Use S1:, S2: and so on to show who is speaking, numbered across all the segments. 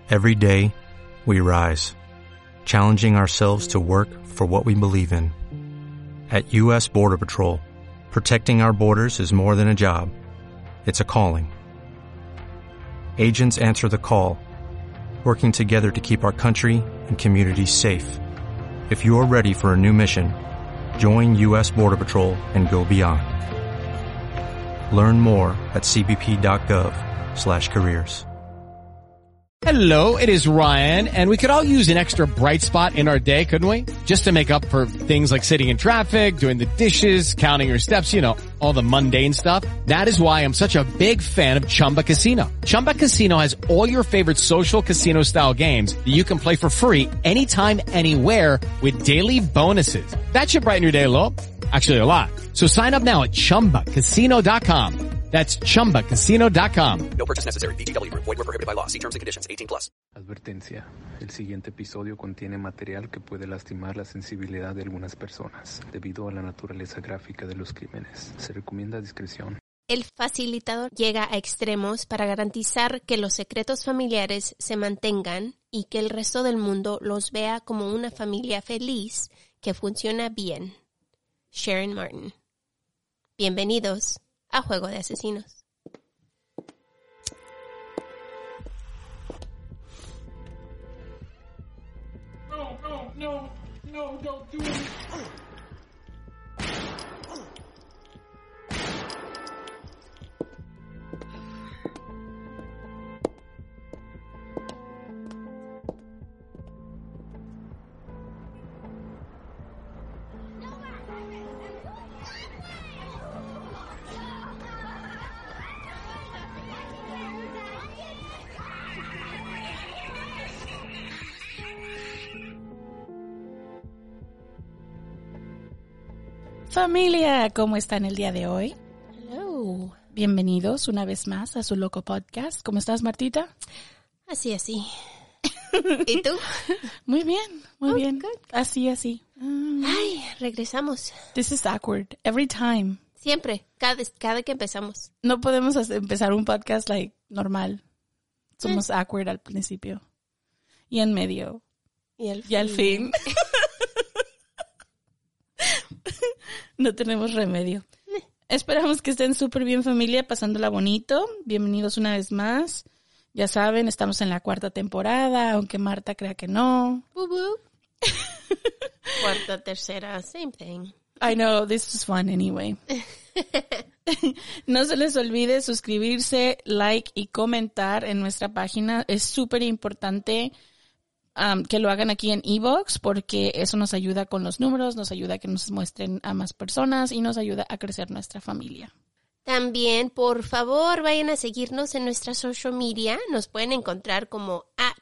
S1: Every day, we rise, challenging ourselves to work for what we believe in. At U.S. Border Patrol, protecting our borders is more than a job. It's a calling. Agents answer the call, working together to keep our country and communities safe. If you're ready for a new mission, join U.S. Border Patrol and go beyond. Learn more at cbp.gov/careers.
S2: Hello, it is Ryan, and we could all use an extra bright spot in our day, couldn't we? Just to make up for things like sitting in traffic, doing the dishes, counting your steps, you know, all the mundane stuff. That is why I'm such a big fan of Chumba Casino. Chumba Casino has all your favorite social casino-style games that you can play for free anytime, anywhere with daily bonuses. That should brighten your day a little. Actually, a lot. So sign up now at ChumbaCasino.com. That's ChumbaCasino.com.
S3: No purchase necessary. VGW Group. Void where prohibited by law. See terms and conditions. 18+.
S4: Advertencia. El siguiente episodio contiene material que puede lastimar la sensibilidad de algunas personas debido a la naturaleza gráfica de los crímenes. Se recomienda discreción.
S5: El facilitador llega a extremos para garantizar que los secretos familiares se mantengan y que el resto del mundo los vea como una familia feliz que funciona bien. Sharon Martin. Bienvenidos a Juego de Asesinos.
S6: No, don't do it.
S7: Familia, ¿cómo están el día de hoy?
S5: Hello.
S7: Bienvenidos una vez más a su loco podcast. ¿Cómo estás, Martita?
S5: Así. ¿Y tú?
S7: Muy bien, muy bien.
S5: Good.
S7: Así.
S5: Ay, regresamos.
S7: This is awkward every time.
S5: Siempre, cada que empezamos.
S7: No podemos empezar un podcast normal. Somos awkward al principio. Y en medio.
S5: Y
S7: al fin. No tenemos remedio. Esperamos que estén súper bien, familia, pasándola bonito. Bienvenidos una vez más. Ya saben, estamos en la 4ª temporada, aunque Marta crea que no.
S5: Cuarta, tercera, same thing.
S7: I know, this is fun anyway. No se les olvide suscribirse, like y comentar en nuestra página. Es súper importante que lo hagan aquí en iVoox porque eso nos ayuda con los números, nos ayuda a que nos muestren a más personas y nos ayuda a crecer nuestra familia.
S5: También, por favor, vayan a seguirnos en nuestra social media. Nos pueden encontrar como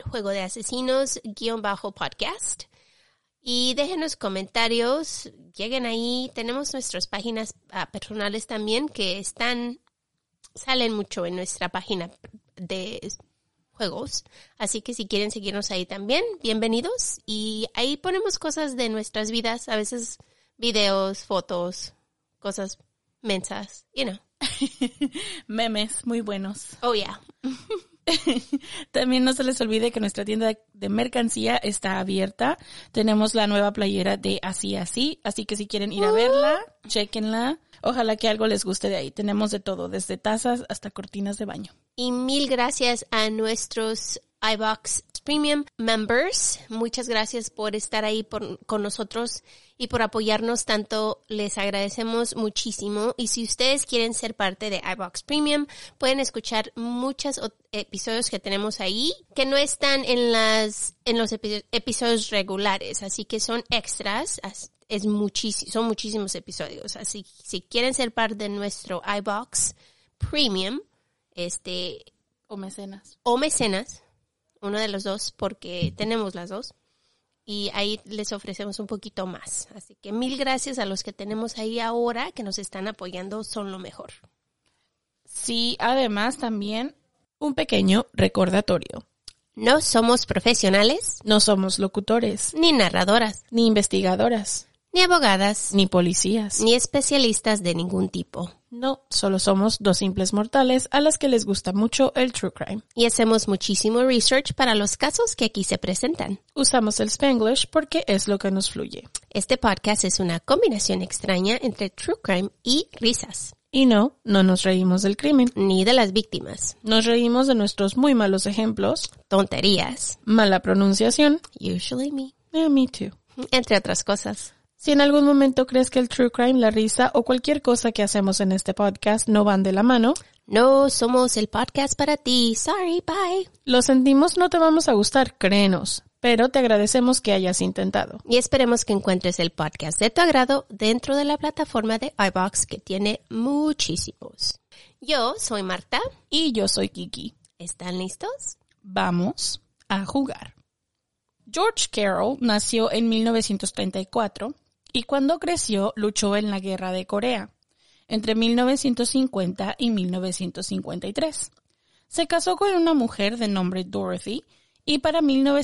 S5: @juegodeasesinos_podcast. Y déjenos comentarios, lleguen ahí. Tenemos nuestras páginas personales también que salen mucho en nuestra página de juegos, así que si quieren seguirnos ahí también, bienvenidos, y ahí ponemos cosas de nuestras vidas, a veces videos, fotos, cosas mensas, you know.
S7: Memes muy buenos.
S5: Oh yeah.
S7: También no se les olvide que nuestra tienda de mercancía está abierta. Tenemos la nueva playera de Así, así que si quieren ir a verla, chéquenla. Ojalá que algo les guste de ahí. Tenemos de todo, desde tazas hasta cortinas de baño.
S5: Y mil gracias a nuestros iVoox Premium members. Muchas gracias por estar ahí con nosotros y por apoyarnos tanto. Les agradecemos muchísimo. Y si ustedes quieren ser parte de iVoox Premium, pueden escuchar muchos episodios que tenemos ahí que no están en los episodios regulares. Así que son extras. Son muchísimos episodios. Así si quieren ser parte de nuestro iVoox Premium,
S7: o mecenas,
S5: uno de los dos, porque tenemos las dos, y ahí les ofrecemos un poquito más. Así que mil gracias a los que tenemos ahí ahora, que nos están apoyando, son lo mejor.
S7: Sí, además también un pequeño recordatorio.
S5: No somos profesionales,
S7: no somos locutores,
S5: ni narradoras,
S7: ni investigadoras,
S5: ni abogadas,
S7: Ni policías.
S5: ni especialistas de ningún tipo.
S7: No, solo somos dos simples mortales a las que les gusta mucho el true crime.
S5: Y hacemos muchísimo research para los casos que aquí se presentan.
S7: Usamos el Spanglish porque es lo que nos fluye.
S5: Este podcast es una combinación extraña entre true crime y risas,
S7: Y no nos reímos del crimen.
S5: ni de las víctimas,
S7: Nos reímos de nuestros muy malos ejemplos,
S5: tonterías,
S7: mala pronunciación,
S5: usually me,
S7: me too.
S5: entre otras cosas.
S7: Si en algún momento crees que el true crime, la risa o cualquier cosa que hacemos en este podcast no van de la mano,
S5: No somos el podcast para ti. Sorry, bye.
S7: lo sentimos, no te vamos a gustar, créenos, pero te agradecemos que hayas intentado.
S5: Y esperemos que encuentres el podcast de tu agrado dentro de la plataforma de iVoox, que tiene muchísimos. Yo soy Marta.
S7: Y yo soy Kiki.
S5: ¿Están listos?
S7: Vamos a jugar. George Carroll nació en 1934 y cuando creció luchó en la Guerra de Corea, entre 1950 y 1953. Se casó con una mujer de nombre Dorothy y para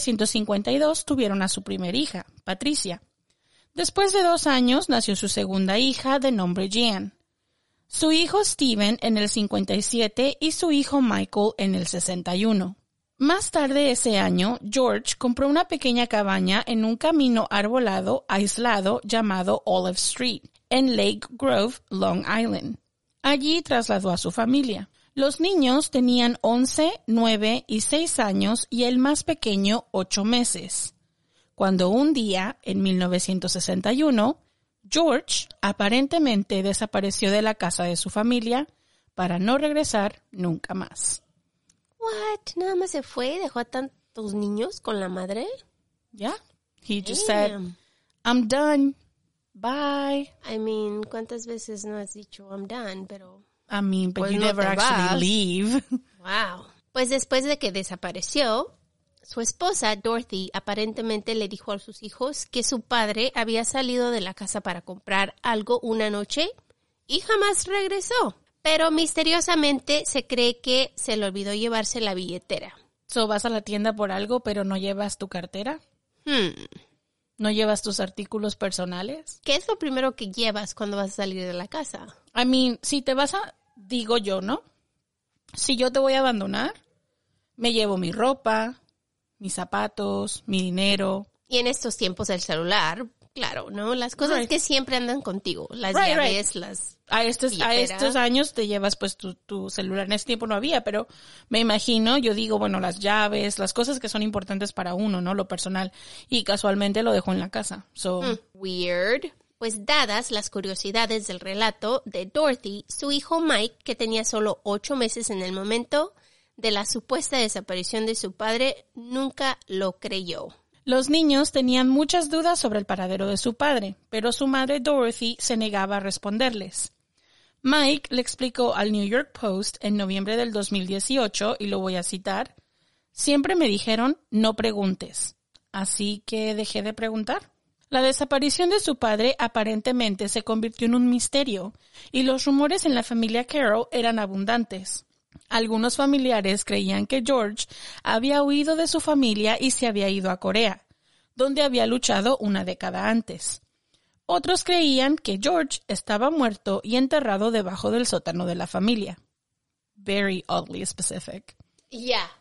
S7: 1952 tuvieron a su primera hija, Patricia. Después de 2 años nació su segunda hija de nombre Jan. Su hijo Steven en el 57 y su hijo Michael en el 61. Más tarde ese año, George compró una pequeña cabaña en un camino arbolado aislado llamado Olive Street, en Lake Grove, Long Island. Allí trasladó a su familia. Los niños tenían 11, 9 y 6 años y el más pequeño 8 meses. Cuando un día, en 1961, George aparentemente desapareció de la casa de su familia para no regresar nunca más.
S5: What? ¿Nada más se fue y dejó a tantos niños con la madre?
S7: Yeah, he just said,
S5: Damn.
S7: I'm done, bye.
S5: I mean, ¿cuántas veces no has dicho I'm done? Pero,
S7: I mean, but
S5: Pues
S7: you
S5: no
S7: never
S5: te
S7: actually
S5: vas.
S7: leave.
S5: wow. Pues después de que desapareció, su esposa, Dorothy, aparentemente le dijo a sus hijos que su padre había salido de la casa para comprar algo una noche y jamás regresó. Pero misteriosamente se cree que se le olvidó llevarse la billetera.
S7: So, vas a la tienda por algo, pero no llevas tu cartera, no llevas tus artículos personales.
S5: ¿Qué es lo primero que llevas cuando vas a salir de la casa?
S7: I mean, si te vas a, digo yo, ¿no? Si yo te voy a abandonar, me llevo mi ropa, mis zapatos, mi dinero.
S5: Y en estos tiempos el celular, claro, ¿no? Las cosas
S7: Right.
S5: que siempre andan contigo. Las
S7: Right,
S5: llaves, las...
S7: A
S5: billetera.
S7: estos años te llevas pues tu celular. En ese tiempo no había, pero me imagino, yo digo, bueno, las llaves, las cosas que son importantes para uno, ¿no? Lo personal. Y casualmente lo dejó en la casa. So,
S5: Weird. Pues dadas las curiosidades del relato de Dorothy, su hijo Mike, que tenía solo 8 meses en el momento de la supuesta desaparición de su padre, nunca lo creyó.
S7: los niños tenían muchas dudas sobre el paradero de su padre, pero su madre Dorothy se negaba a responderles. Mike le explicó al New York Post en noviembre del 2018, y lo voy a citar, «Siempre me dijeron, no preguntes, así que dejé de preguntar». La desaparición de su padre aparentemente se convirtió en un misterio, y los rumores en la familia Carroll eran abundantes. Algunos familiares creían que George había huido de su familia y se había ido a Corea, donde había luchado una década antes. Otros creían que George estaba muerto y enterrado debajo del sótano de la familia. Very oddly specific.
S5: Ya.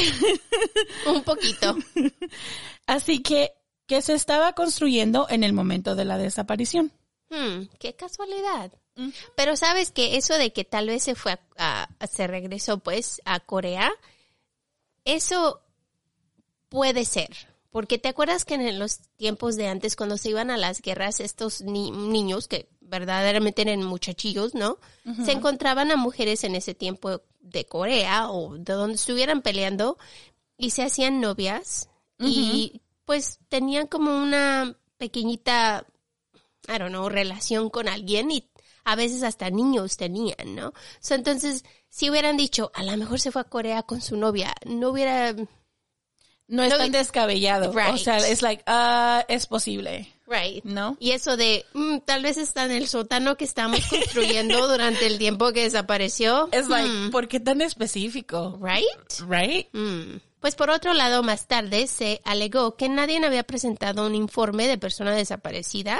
S5: Un poquito.
S7: Así que se estaba construyendo en el momento de la desaparición.
S5: Qué casualidad. Pero sabes que eso de que tal vez se fue se regresó pues a Corea, eso puede ser. Porque te acuerdas que en los tiempos de antes, cuando se iban a las guerras, estos niños que verdaderamente eran muchachillos, ¿no? Se encontraban a mujeres en ese tiempo de Corea o de donde estuvieran peleando y se hacían novias y pues tenían como una pequeñita, I don't know, relación con alguien y a veces hasta niños tenían, ¿no? So, entonces, si hubieran dicho, a lo mejor se fue a Corea con su novia, no hubiera...
S7: No es tan descabellado.
S5: Right.
S7: O sea, es like, es posible.
S5: Right.
S7: ¿No?
S5: Y eso de, tal vez está en el sótano que estamos construyendo durante el tiempo que desapareció.
S7: Es like, ¿por qué tan específico?
S5: Right?
S7: Right?
S5: Pues por otro lado, más tarde se alegó que nadie había presentado un informe de persona desaparecida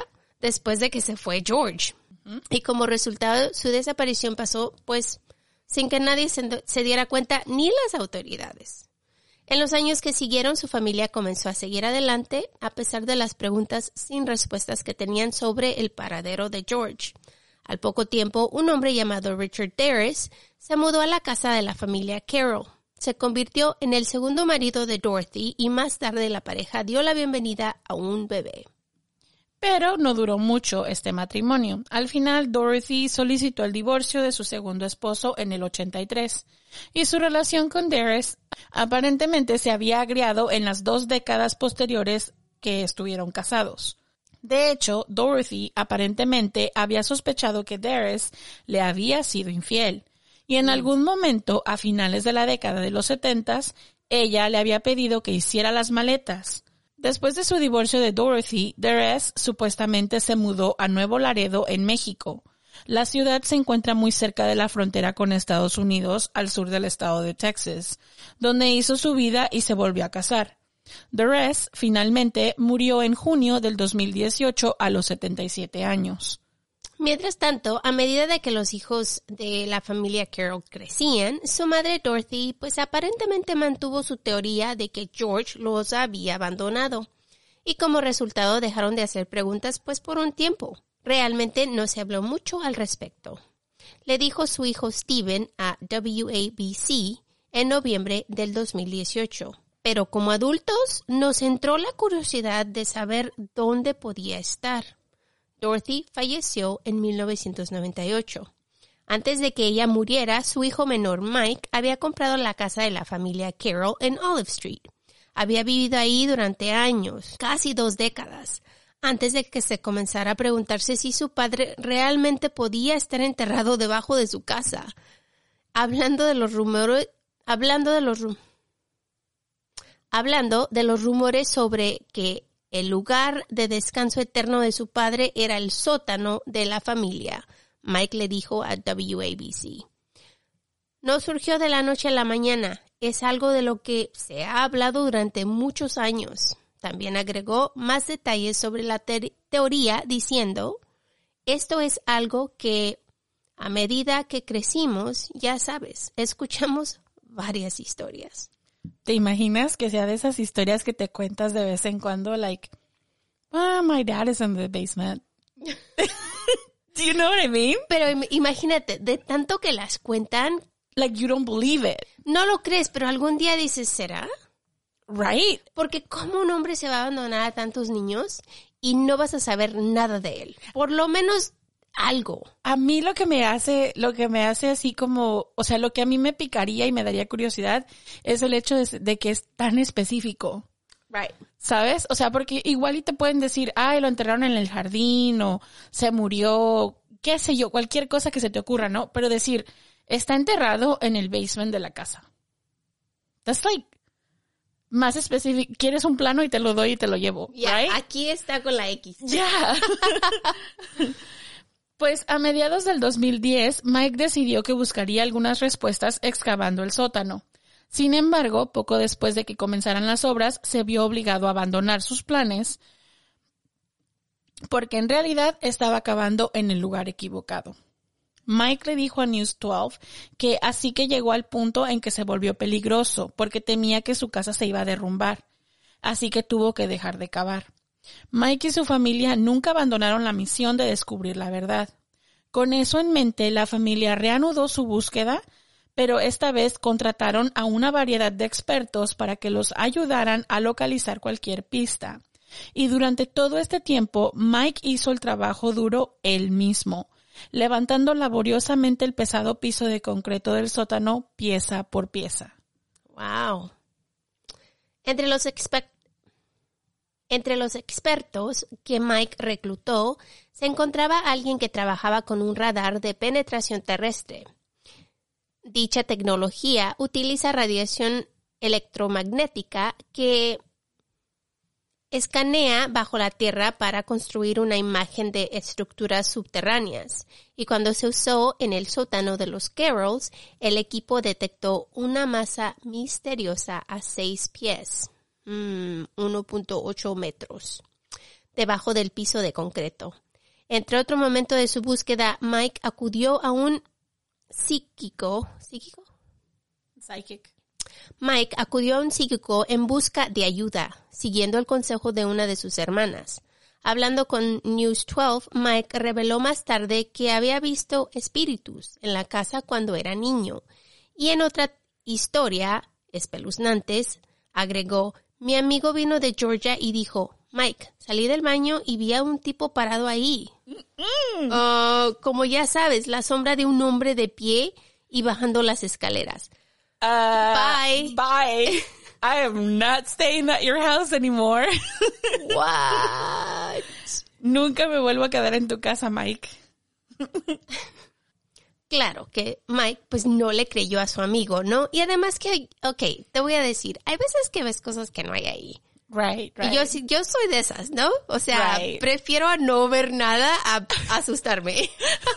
S5: después de que se fue George. Y como resultado, su desaparición pasó, pues, sin que nadie se diera cuenta, ni las autoridades. En los años que siguieron, su familia comenzó a seguir adelante, a pesar de las preguntas sin respuestas que tenían sobre el paradero de George. Al poco tiempo, un hombre llamado Richard Darris se mudó a la casa de la familia Carroll. Se convirtió en el segundo marido de Dorothy y más tarde la pareja dio la bienvenida a un bebé.
S7: Pero no duró mucho este matrimonio. Al final, Dorothy solicitó el divorcio de su segundo esposo en el 83. Y su relación con Darris aparentemente se había agriado en las 2 décadas posteriores que estuvieron casados. De hecho, Dorothy aparentemente había sospechado que Darris le había sido infiel. Y en algún momento, a finales de la década de los 70s, ella le había pedido que hiciera las maletas. Después de su divorcio de Dorothy, Darris supuestamente se mudó a Nuevo Laredo, en México. La ciudad se encuentra muy cerca de la frontera con Estados Unidos, al sur del estado de Texas, donde hizo su vida y se volvió a casar. Darris finalmente murió en junio del 2018 a los 77 años.
S5: Mientras tanto, a medida de que los hijos de la familia Carroll crecían, su madre Dorothy pues aparentemente mantuvo su teoría de que George los había abandonado. Y como resultado dejaron de hacer preguntas pues por un tiempo. Realmente no se habló mucho al respecto. Le dijo su hijo Steven a WABC en noviembre del 2018. Pero como adultos nos entró la curiosidad de saber dónde podía estar. Dorothy falleció en 1998. Antes de que ella muriera, su hijo menor Mike había comprado la casa de la familia Carroll en Olive Street. Había vivido ahí durante años, casi 2 décadas, antes de que se comenzara a preguntarse si su padre realmente podía estar enterrado debajo de su casa. Hablando de los rumores sobre que el lugar de descanso eterno de su padre era el sótano de la familia, Mike le dijo a WABC. No surgió de la noche a la mañana, es algo de lo que se ha hablado durante muchos años. También agregó más detalles sobre la teoría diciendo, esto es algo que a medida que crecimos, ya sabes, escuchamos varias historias.
S7: ¿Te imaginas que sea de esas historias que te cuentas de vez en cuando? Like, my dad is in the basement. Do you know what I mean?
S5: Pero imagínate, de tanto que las cuentan.
S7: Like, you don't believe it.
S5: No lo crees, pero algún día dices, ¿será?
S7: Right.
S5: Porque ¿cómo un hombre se va a abandonar a tantos niños y no vas a saber nada de él? Por lo menos algo.
S7: A mí lo que me hace así como, o sea, lo que a mí me picaría y me daría curiosidad es el hecho de que es tan específico.
S5: Right.
S7: ¿Sabes? O sea, porque igual y te pueden decir, lo enterraron en el jardín o se murió, qué sé yo, cualquier cosa que se te ocurra, ¿no? Pero decir, está enterrado en el basement de la casa. That's like más específico. ¿Quieres un plano y te lo doy y te lo llevo?
S5: Yeah,
S7: right?
S5: Aquí está con la X.
S7: Ya. Pues a mediados del 2010, Mike decidió que buscaría algunas respuestas excavando el sótano. Sin embargo, poco después de que comenzaran las obras, se vio obligado a abandonar sus planes porque en realidad estaba cavando en el lugar equivocado. Mike le dijo a News 12 que así que llegó al punto en que se volvió peligroso porque temía que su casa se iba a derrumbar, así que tuvo que dejar de cavar. Mike y su familia nunca abandonaron la misión de descubrir la verdad. Con eso en mente, la familia reanudó su búsqueda, pero esta vez contrataron a una variedad de expertos para que los ayudaran a localizar cualquier pista. Y durante todo este tiempo, Mike hizo el trabajo duro él mismo, levantando laboriosamente el pesado piso de concreto del sótano pieza por pieza.
S5: Wow. Entre los expertos que Mike reclutó, se encontraba alguien que trabajaba con un radar de penetración terrestre. Dicha tecnología utiliza radiación electromagnética que escanea bajo la tierra para construir una imagen de estructuras subterráneas. Y cuando se usó en el sótano de los Carrolls, el equipo detectó una masa misteriosa a 6 pies. 1.8 metros, debajo del piso de concreto. Entre otro momento de su búsqueda, Mike acudió a un psíquico. Mike acudió a un psíquico en busca de ayuda, siguiendo el consejo de una de sus hermanas. Hablando con News 12, Mike reveló más tarde que había visto espíritus en la casa cuando era niño. Y en otra historia, espeluznantes, agregó, mi amigo vino de Georgia y dijo, Mike, salí del baño y vi a un tipo parado ahí. Como ya sabes, la sombra de un hombre de pie y bajando las escaleras. Bye.
S7: I am not staying at your house anymore.
S5: What?
S7: Nunca me vuelvo a quedar en tu casa, Mike. Claro
S5: que Mike pues no le creyó a su amigo, ¿no? Y además que, te voy a decir, hay veces que ves cosas que no hay ahí.
S7: Right.
S5: Y yo soy de esas, ¿no? O sea, prefiero a no ver nada a asustarme.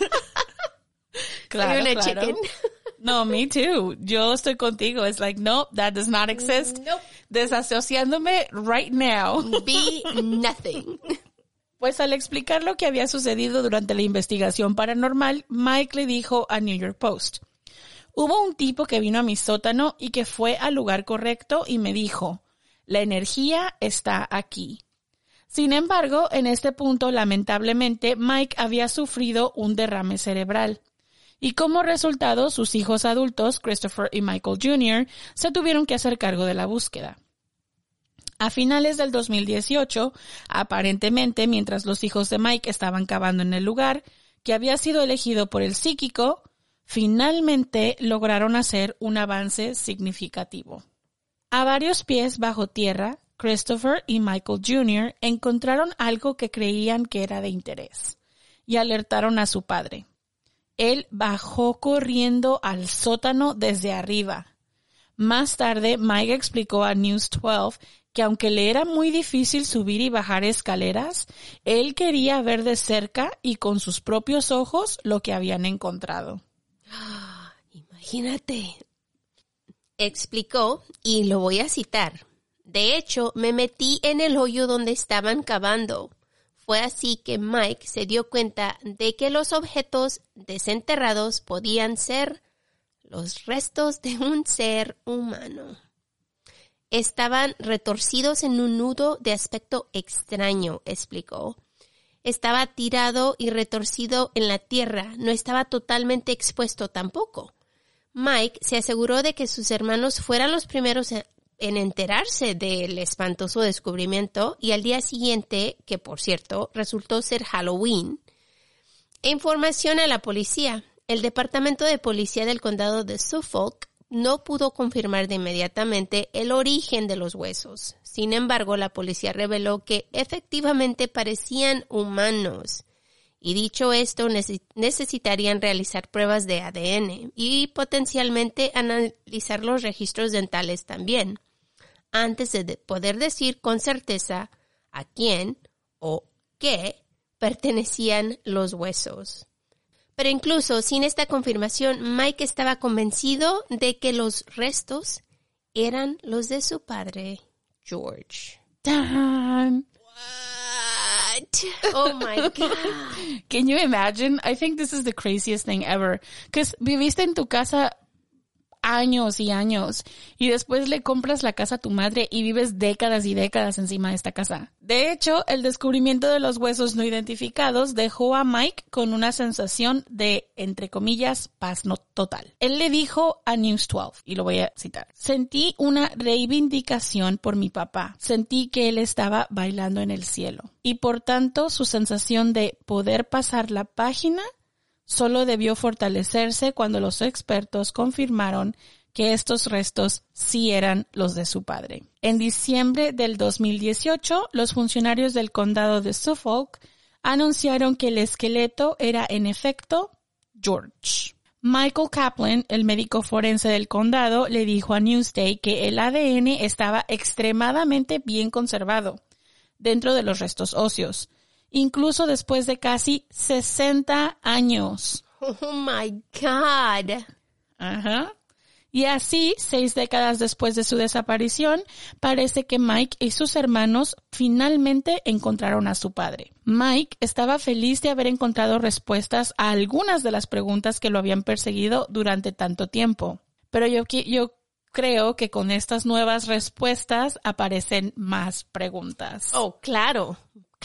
S7: Claro. Chicken. No, me too. Yo estoy contigo. It's like, nope, that does not exist.
S5: Nope.
S7: Desasociándome right now.
S5: Be nothing.
S7: Pues al explicar lo que había sucedido durante la investigación paranormal, Mike le dijo a New York Post, hubo un tipo que vino a mi sótano y que fue al lugar correcto y me dijo, la energía está aquí. Sin embargo, en este punto, lamentablemente, Mike había sufrido un derrame cerebral. Y como resultado, sus hijos adultos, Christopher y Michael Jr., se tuvieron que hacer cargo de la búsqueda. A finales del 2018, aparentemente, mientras los hijos de Mike estaban cavando en el lugar que había sido elegido por el psíquico, finalmente lograron hacer un avance significativo. A varios pies bajo tierra, Christopher y Michael Jr. encontraron algo que creían que era de interés y alertaron a su padre. Él bajó corriendo al sótano desde arriba. Más tarde, Mike explicó a News 12 que aunque le era muy difícil subir y bajar escaleras, él quería ver de cerca y con sus propios ojos lo que habían encontrado.
S5: Imagínate. Explicó, y lo voy a citar. De hecho, me metí en el hoyo donde estaban cavando. Fue así que Mike se dio cuenta de que los objetos desenterrados podían ser los restos de un ser humano. Estaban retorcidos en un nudo de aspecto extraño, explicó. Estaba tirado y retorcido en la tierra, no estaba totalmente expuesto tampoco. Mike se aseguró de que sus hermanos fueran los primeros en enterarse del espantoso descubrimiento y al día siguiente, que por cierto resultó ser Halloween, información a la policía. El Departamento de Policía del Condado de Suffolk no pudo confirmar de inmediatamente el origen de los huesos. Sin embargo, la policía reveló que efectivamente parecían humanos. Y dicho esto, necesitarían realizar pruebas de ADN y potencialmente analizar los registros dentales también, antes de poder decir con certeza a quién o qué pertenecían los huesos. Pero incluso sin esta confirmación, Mike estaba convencido de que los restos eran los de su padre, George.
S7: Damn.
S5: Oh my God.
S7: Can you imagine? I think this is the craziest thing ever. Because viviste en tu casa años y años y después le compras la casa a tu madre y vives décadas y décadas encima de esta casa. De hecho, el descubrimiento de los huesos no identificados dejó a Mike con una sensación de, entre comillas, paz no total. Él le dijo a News 12, y lo voy a citar, sentí una reivindicación por mi papá. Sentí que él estaba bailando en el cielo. Y por tanto, su sensación de poder pasar la página solo debió fortalecerse cuando los expertos confirmaron que estos restos sí eran los de su padre. En diciembre del 2018, los funcionarios del condado de Suffolk anunciaron que el esqueleto era en efecto George. Michael Kaplan, el médico forense del condado, le dijo a Newsday que el ADN estaba extremadamente bien conservado dentro de los restos óseos, incluso después de casi 60 años.
S5: Oh my God.
S7: Ajá. Y así, 6 décadas después de su desaparición, parece que Mike y sus hermanos finalmente encontraron a su padre. Mike estaba feliz de haber encontrado respuestas a algunas de las preguntas que lo habían perseguido durante tanto tiempo. Pero yo creo que con estas nuevas respuestas aparecen más preguntas.
S5: Oh, claro.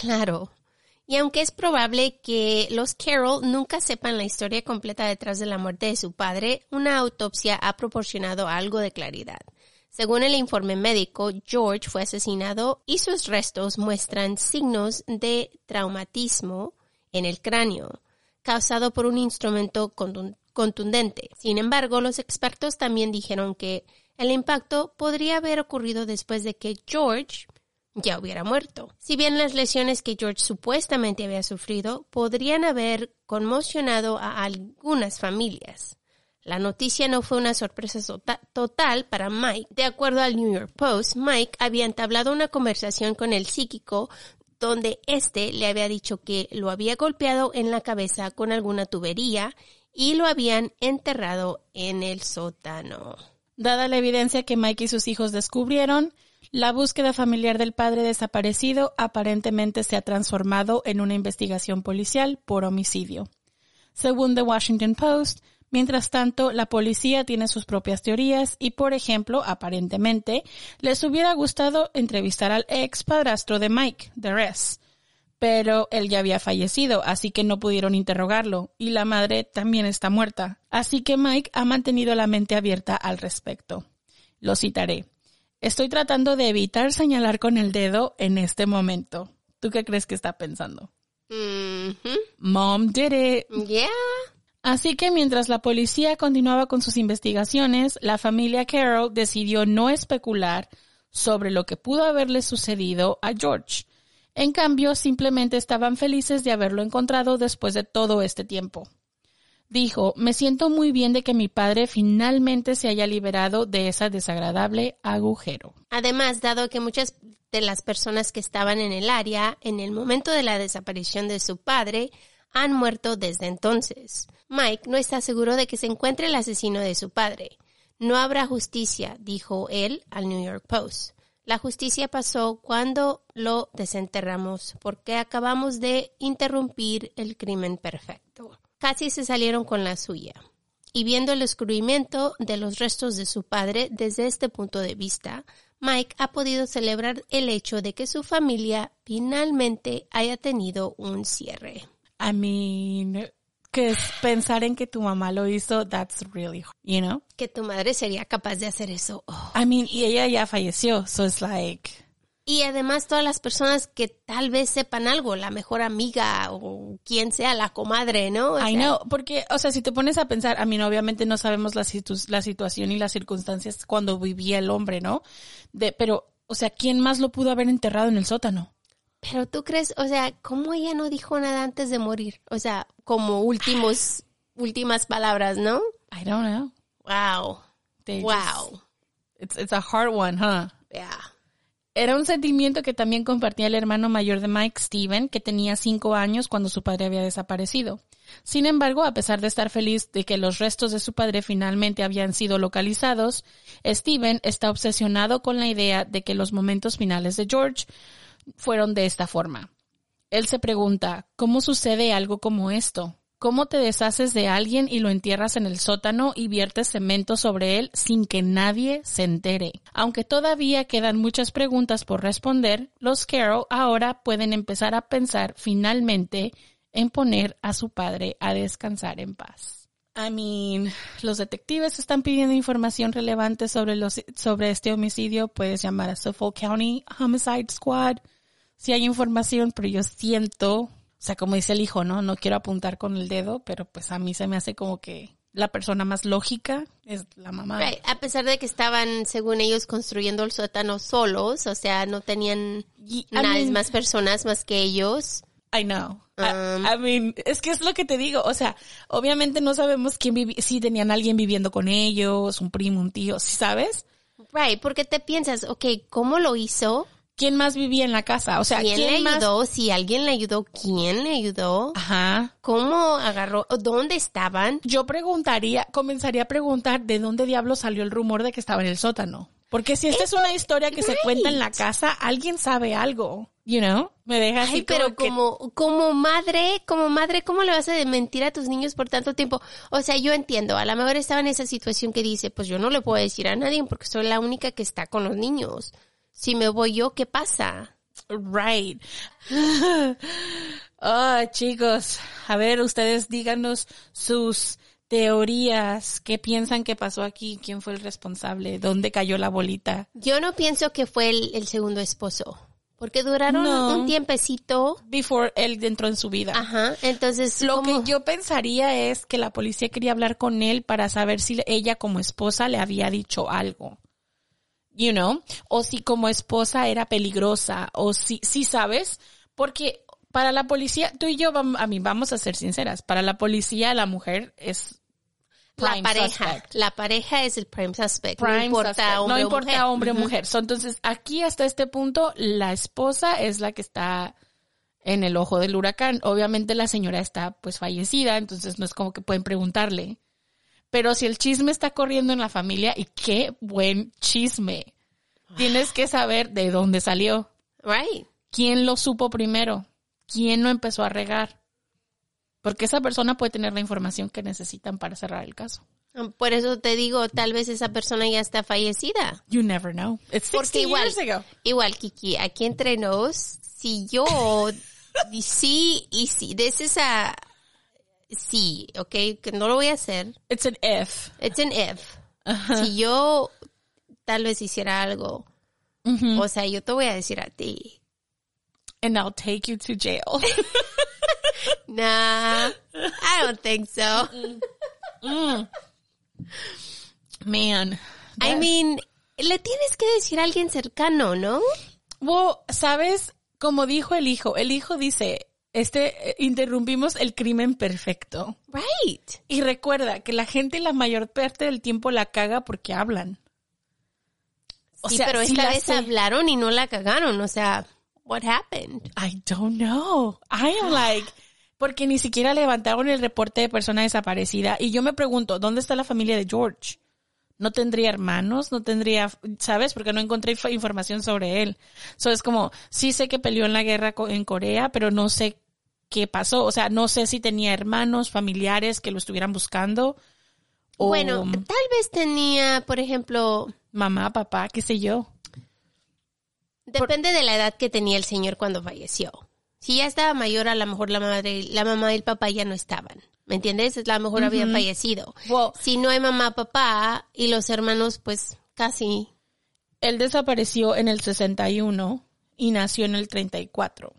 S5: Y aunque es probable que los Carroll nunca sepan la historia completa detrás de la muerte de su padre, una autopsia ha proporcionado algo de claridad. Según el informe médico, George fue asesinado y sus restos muestran signos de traumatismo en el cráneo, causado por un instrumento contundente. Sin embargo, los expertos también dijeron que el impacto podría haber ocurrido después de que George ya hubiera muerto. Si bien las lesiones que George supuestamente había sufrido podrían haber conmocionado a algunas familias, la noticia no fue una sorpresa total para Mike. De acuerdo al New York Post, Mike había entablado una conversación con el psíquico donde éste le había dicho que lo había golpeado en la cabeza con alguna tubería y lo habían enterrado en el sótano.
S7: Dada la evidencia que Mike y sus hijos descubrieron, la búsqueda familiar del padre desaparecido aparentemente se ha transformado en una investigación policial por homicidio. Según The Washington Post, mientras tanto, la policía tiene sus propias teorías y, por ejemplo, aparentemente, les hubiera gustado entrevistar al ex padrastro de Mike, Derez, pero él ya había fallecido, así que no pudieron interrogarlo, y la madre también está muerta. Así que Mike ha mantenido la mente abierta al respecto. Lo citaré. Estoy tratando de evitar señalar con el dedo en este momento. ¿Tú qué crees que está pensando? Mom did it.
S5: Yeah.
S7: Así que mientras la policía continuaba con sus investigaciones, la familia Carroll decidió no especular sobre lo que pudo haberle sucedido a George. En cambio, simplemente estaban felices de haberlo encontrado después de todo este tiempo. Dijo, me siento muy bien de que mi padre finalmente se haya liberado de ese desagradable agujero.
S5: Además, dado que muchas de las personas que estaban en el área en el momento de la desaparición de su padre han muerto desde entonces, Mike no está seguro de que se encuentre el asesino de su padre. No habrá justicia, dijo él al New York Post. La justicia pasó cuando lo desenterramos porque acabamos de interrumpir el crimen perfecto. Casi se salieron con la suya. Y viendo el descubrimiento de los restos de su padre desde este punto de vista, Mike ha podido celebrar el hecho de que su familia finalmente haya tenido un cierre.
S7: I mean, que pensar en que tu mamá lo hizo, that's really hard, you know?
S5: Que tu madre sería capaz de hacer eso. Oh.
S7: I mean, y ella ya falleció, so it's like...
S5: Y además todas las personas que tal vez sepan algo, la mejor amiga o quien sea, la comadre, ¿no?
S7: I know, porque, o sea, si te pones a pensar, a mí obviamente no sabemos la situación y las circunstancias cuando vivía el hombre, ¿no? Pero, o sea, ¿quién más lo pudo haber enterrado en el sótano?
S5: Pero tú crees, o sea, ¿cómo ella no dijo nada antes de morir? O sea, como últimas palabras, ¿no?
S7: I don't know.
S5: Wow. Wow.
S7: It's a hard one, huh?
S5: Yeah.
S7: Era un sentimiento que también compartía el hermano mayor de Mike, Steven, que tenía 5 años cuando su padre había desaparecido. Sin embargo, a pesar de estar feliz de que los restos de su padre finalmente habían sido localizados, Steven está obsesionado con la idea de que los momentos finales de George fueron de esta forma. Él se pregunta, ¿cómo sucede algo como esto? ¿Cómo te deshaces de alguien y lo entierras en el sótano y viertes cemento sobre él sin que nadie se entere? Aunque todavía quedan muchas preguntas por responder, los Carroll ahora pueden empezar a pensar finalmente en poner a su padre a descansar en paz. I mean, los detectives están pidiendo información relevante sobre este homicidio. Puedes llamar a Suffolk County Homicide Squad si hay información, pero yo siento... O sea, como dice el hijo, ¿no? No quiero apuntar con el dedo, pero pues a mí se me hace como que la persona más lógica es la mamá.
S5: Right. A pesar de que estaban, según ellos, construyendo el sótano solos, o sea, no tenían más personas más que ellos.
S7: I know. I mean, es que es lo que te digo. O sea, obviamente no sabemos si tenían alguien viviendo con ellos, un primo, un tío, ¿sí sabes?
S5: Right, porque te piensas, okay, ¿cómo lo hizo?
S7: ¿quién más vivía en la casa? O sea,
S5: ¿quién le ayudó? Si alguien le ayudó, ¿quién le ayudó?
S7: Ajá.
S5: ¿Cómo agarró? ¿Dónde estaban?
S7: Yo comenzaría a preguntar de dónde diablos salió el rumor de que estaba en el sótano. Porque si esta es una historia que se cuenta en la casa, alguien sabe algo, you know? Me deja así.
S5: Ay, pero como madre, ¿cómo le vas a mentir a tus niños por tanto tiempo? O sea, yo entiendo, a lo mejor estaba en esa situación que dice, pues yo no le puedo decir a nadie porque soy la única que está con los niños. Si me voy yo, ¿qué pasa?
S7: Right. Chicos, a ver, ustedes díganos sus teorías. ¿Qué piensan que pasó aquí? ¿Quién fue el responsable? ¿Dónde cayó la bolita?
S5: Yo no pienso que fue el segundo esposo. Porque duraron un tiempecito.
S7: Before él entró en su vida.
S5: Ajá, entonces...
S7: Lo que yo pensaría es que la policía quería hablar con él para saber si ella como esposa le había dicho algo. You know? O si como esposa era peligrosa. O si ¿sabes? Porque para la policía, tú y yo, vamos a ser sinceras. Para la policía, la mujer es...
S5: La pareja es el prime suspect. No importa hombre o mujer.
S7: So, entonces, aquí hasta este punto, la esposa es la que está en el ojo del huracán. Obviamente la señora está pues fallecida, entonces no es como que pueden preguntarle. Pero si el chisme está corriendo en la familia, y qué buen chisme, tienes que saber de dónde salió.
S5: Right.
S7: ¿Quién lo supo primero? ¿Quién lo empezó a regar? Porque esa persona puede tener la información que necesitan para cerrar el caso.
S5: Por eso te digo, tal vez esa persona ya está fallecida.
S7: You never know. It's 60 years ago.
S5: Igual, Kiki, aquí entre nos, si yo, sí, ok, que no lo voy a hacer.
S7: It's an if.
S5: Uh-huh. Si yo tal vez hiciera algo, o sea, yo te voy a decir a ti.
S7: And I'll take you to jail.
S5: Nah, I don't think so.
S7: Man.
S5: I mean, le tienes que decir a alguien cercano, ¿no?
S7: Well, ¿sabes? Como dijo el hijo dice, interrumpimos el crimen perfecto.
S5: Right.
S7: Y recuerda que la gente la mayor parte del tiempo la caga porque hablan.
S5: Sí, pero esta vez hablaron y no la cagaron, o sea... What happened?
S7: I don't know. I am like, porque ni siquiera levantaron el reporte de persona desaparecida. Y yo me pregunto, ¿dónde está la familia de George? ¿No tendría hermanos? ¿No tendría, sabes? Porque no encontré información sobre él. So es como, sí sé que peleó en la guerra en Corea, pero no sé qué pasó. O sea, no sé si tenía hermanos, familiares que lo estuvieran buscando. O
S5: bueno, tal vez tenía, por ejemplo...
S7: Mamá, papá, qué sé yo.
S5: Depende de la edad que tenía el señor cuando falleció. Si ya estaba mayor, a lo mejor la mamá y el papá ya no estaban. ¿Me entiendes? A lo mejor habían fallecido.
S7: Well,
S5: si no hay mamá, papá y los hermanos, pues casi.
S7: Él desapareció en el 61 y nació en el 34.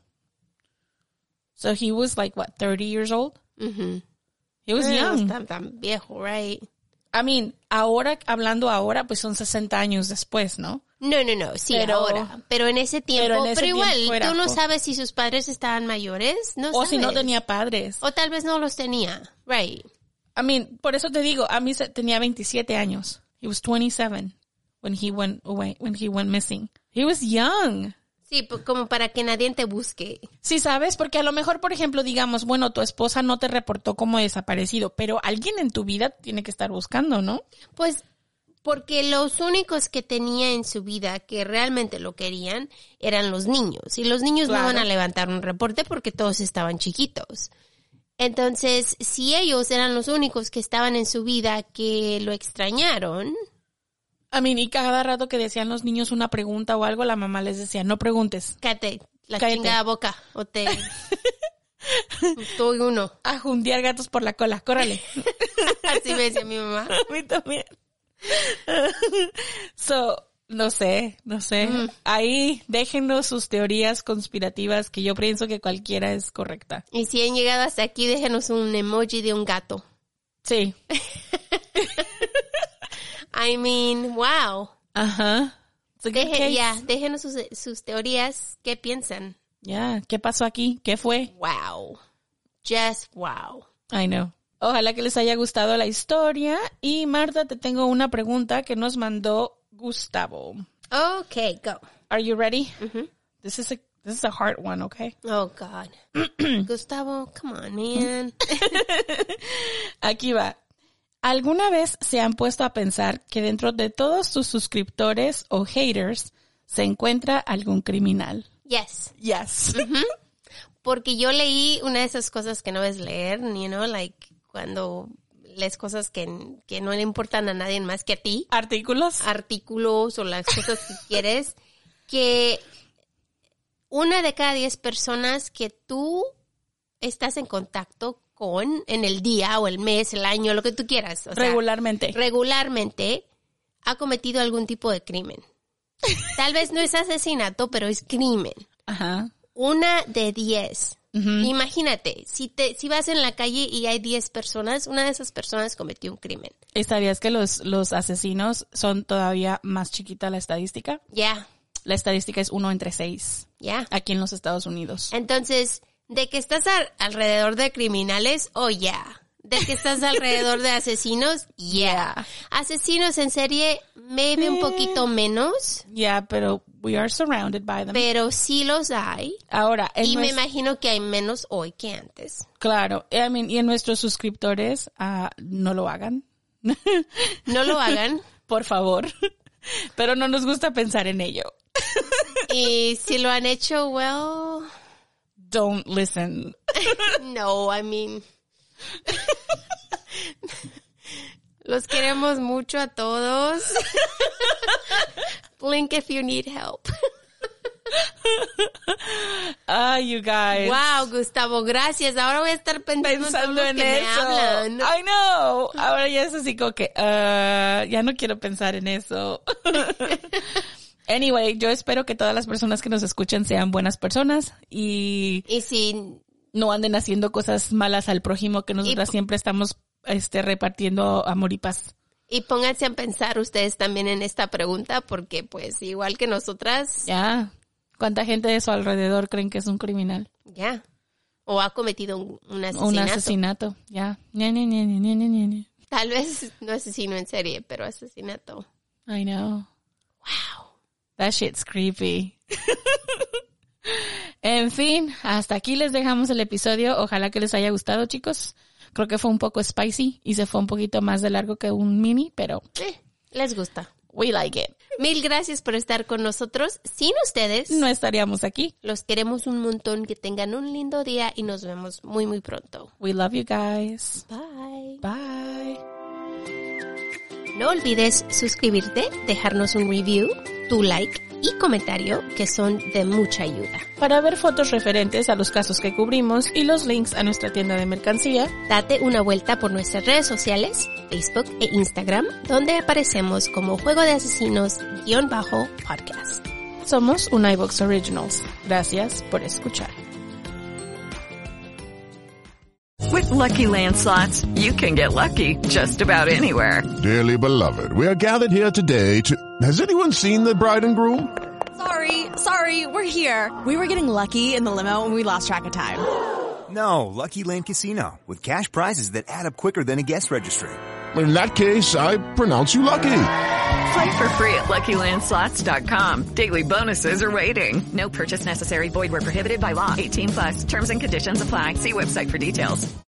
S7: So he was like, what, 30 years old? He was young.
S5: No tan viejo, right?
S7: I mean, hablando ahora, pues son 60 años después, ¿no?
S5: No, sí, ahora. Pero en ese tiempo, pero igual, tú no
S7: joven.
S5: Sabes si sus padres estaban mayores, no
S7: o
S5: sabes.
S7: Si no tenía padres.
S5: O tal vez no los tenía, right.
S7: I mean, por eso te digo, a mí tenía 27 años. He was 27 when he went away, when he went missing. He was young.
S5: Sí, como para que nadie te busque.
S7: Sí, ¿sabes? Porque a lo mejor, por ejemplo, digamos, bueno, tu esposa no te reportó como desaparecido, pero alguien en tu vida tiene que estar buscando, ¿no?
S5: Pues, porque los únicos que tenía en su vida que realmente lo querían eran los niños. Y los niños no van a levantar un reporte porque todos estaban chiquitos. Entonces, si ellos eran los únicos que estaban en su vida que lo extrañaron...
S7: I mean, y cada rato que decían los niños una pregunta o algo, la mamá les decía, no preguntes.
S5: Cállate, chingada boca, o te... Tú y uno.
S7: A jundear gatos por la cola, córrale.
S5: Así me decía mi mamá.
S7: A mí también. So, no sé. Ahí déjenos sus teorías conspirativas, que yo pienso que cualquiera es correcta.
S5: Y si han llegado hasta aquí, déjenos un emoji de un gato.
S7: Sí.
S5: I mean, wow.
S7: Ajá.
S5: Déjenos sus teorías. ¿Qué piensan?
S7: ¿Qué pasó aquí? ¿Qué fue?
S5: Wow. Just wow.
S7: I know. Ojalá que les haya gustado la historia. Y Marta, te tengo una pregunta que nos mandó Gustavo.
S5: Okay, go.
S7: Are you ready? This is a hard one, okay?
S5: Oh, God. Gustavo, come on, man.
S7: Aquí va. ¿Alguna vez se han puesto a pensar que dentro de todos sus suscriptores o haters se encuentra algún criminal?
S5: Yes.
S7: Yes.
S5: Porque yo leí una de esas cosas que no ves leer, you know, like cuando lees cosas que no le importan a nadie más que a ti. Artículos o las cosas que quieres. Que 1 de cada 10 personas que tú estás en contacto con en el día o el mes, el año, lo que tú quieras. O sea, regularmente ha cometido algún tipo de crimen. Tal vez no es asesinato, pero es crimen.
S7: Ajá.
S5: 1 de 10. Imagínate, si vas en la calle y hay 10 personas, una de esas personas cometió un crimen.
S7: ¿Y sabías que los asesinos son todavía más chiquita la estadística?
S5: Ya.
S7: La estadística es 1 entre 6.
S5: Ya.
S7: Aquí en los Estados Unidos.
S5: Entonces, de que estás alrededor de criminales, ya. De que estás alrededor de asesinos, ya. Asesinos en serie, maybe un poquito menos.
S7: Yeah, pero we are surrounded by them.
S5: Pero sí los hay.
S7: Ahora,
S5: me imagino que hay menos hoy que antes.
S7: Claro. I mean, y en nuestros suscriptores, no lo hagan.
S5: No lo hagan.
S7: Por favor. Pero no nos gusta pensar en ello.
S5: Y si lo han hecho, well...
S7: Don't listen.
S5: No, I mean... Los queremos mucho a todos. Blink if you need help.
S7: You guys.
S5: Wow, Gustavo, gracias. Ahora voy a estar pensando en
S7: eso.
S5: Me hablan.
S7: I know. Ahora ya es así como que ya no quiero pensar en eso. Anyway, yo espero que todas las personas que nos escuchen sean buenas personas y si no anden haciendo cosas malas al prójimo, que nosotras siempre estamos repartiendo amor y paz.
S5: Y pónganse a pensar ustedes también en esta pregunta, porque pues igual que nosotras...
S7: Ya. ¿Cuánta gente de su alrededor creen que es un criminal?
S5: Ya. O ha cometido un asesinato.
S7: Un asesinato, ya.
S5: Tal vez no asesino en serie, pero asesinato.
S7: I know.
S5: Wow.
S7: That shit's creepy. En fin, hasta aquí les dejamos el episodio. Ojalá que les haya gustado, chicos. Creo que fue un poco spicy y se fue un poquito más de largo que un mini, pero...
S5: les gusta.
S7: We like it.
S5: Mil gracias por estar con nosotros. Sin ustedes...
S7: no estaríamos aquí.
S5: Los queremos un montón. Que tengan un lindo día y nos vemos muy, muy pronto.
S7: We love you guys.
S5: Bye.
S7: Bye.
S5: No olvides suscribirte, dejarnos un review, tu like y comentario, que son de mucha ayuda.
S7: Para ver fotos referentes a los casos que cubrimos y los links a nuestra tienda de mercancía,
S5: date una vuelta por nuestras redes sociales, Facebook e Instagram, donde aparecemos como Juego de Asesinos_podcast.
S7: Somos un iVox Originals. Gracias por escuchar.
S8: With Lucky Land Slots, you can get lucky just about anywhere.
S9: Dearly beloved, we are gathered here today to... Has anyone seen the bride and groom?
S10: Sorry, we're here. We were getting lucky in the limo and we lost track of time.
S11: No, Lucky Land Casino, with cash prizes that add up quicker than a guest registry.
S9: In that case, I pronounce you lucky.
S8: Play for free at LuckyLandSlots.com. Daily bonuses are waiting. No purchase necessary. Void where prohibited by law. 18+. Terms and conditions apply. See website for details.